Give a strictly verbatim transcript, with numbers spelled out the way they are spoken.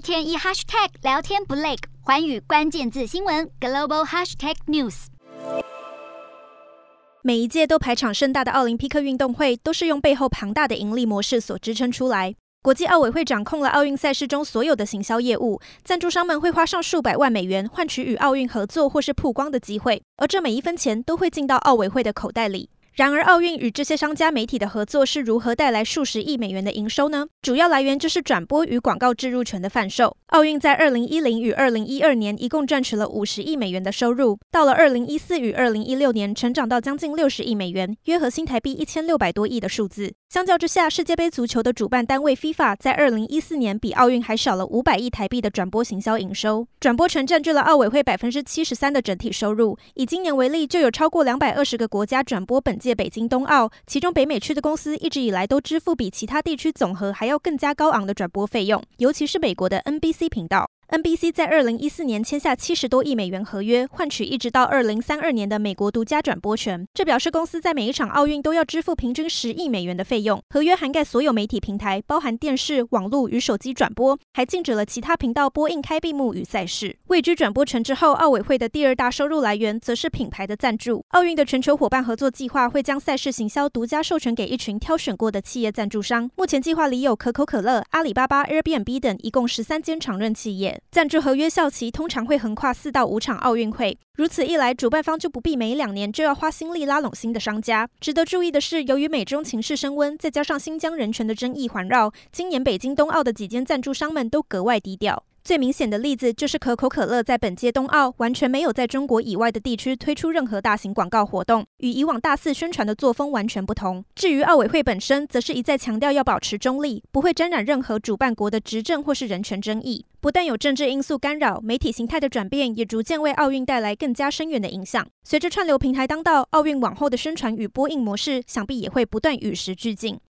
天一 hashtag 聊天不累，寰宇关键字新闻 global hashtag news。 每一届都排场盛大的奥林匹克运动会，都是用背后庞大的盈利模式所支撑出来。国际奥委会掌控了奥运赛事中所有的行销业务，赞助商们会花上数百万美元换取与奥运合作或是曝光的机会，而这每一分钱都会进到奥委会的口袋里。然而，奥运与这些商家媒体的合作是如何带来数十亿美元的营收呢？主要来源就是转播与广告置入权的贩售。奥运在二零一零与二零一二年一共赚取了五十亿美元的收入，到了二零一四与二零一六年成长到将近六十亿美元，约合新台币一千六百多亿的数字。相较之下，世界杯足球的主办单位 FIFA 在二零一四年比奥运还少了五百亿台币的转播行销营收，转播权占据了奥委会百分之七十三的整体收入。以今年为例，就有超过两百二十个国家转播本届北京冬奥，其中北美区的公司一直以来都支付比其他地区总和还要更加高昂的转播费用，尤其是美国的 N B C 频道。N B C 在二零一四年签下七十多亿美元合约，换取一直到二零三二年的美国独家转播权。这表示公司在每一场奥运都要支付平均十亿美元的费用。合约涵盖所有媒体平台，包含电视、网络与手机转播，还禁止了其他频道播映开闭幕与赛事。位居转播权之后，奥委会的第二大收入来源则是品牌的赞助。奥运的全球伙伴合作计划会将赛事行销独家授权给一群挑选过的企业赞助商。目前计划里有可口可乐、阿里巴巴、Airbnb 等一共十三间常任企业。赞助合约效期通常会横跨四到五场奥运会，如此一来，主办方就不必每两年就要花心力拉拢新的商家。值得注意的是，由于美中情势升温，再加上新疆人权的争议环绕，今年北京冬奥的几间赞助商们都格外低调。最明显的例子就是可口可乐在本届冬奥完全没有在中国以外的地区推出任何大型广告活动，与以往大肆宣传的作风完全不同。至于奥委会本身，则是一再强调要保持中立，不会沾染任何主办国的执政或是人权争议。不但有政治因素干扰，媒体形态的转变也逐渐为奥运带来更加深远的影响。随着串流平台当道，奥运往后的宣传与播映模式想必也会不断与时俱进。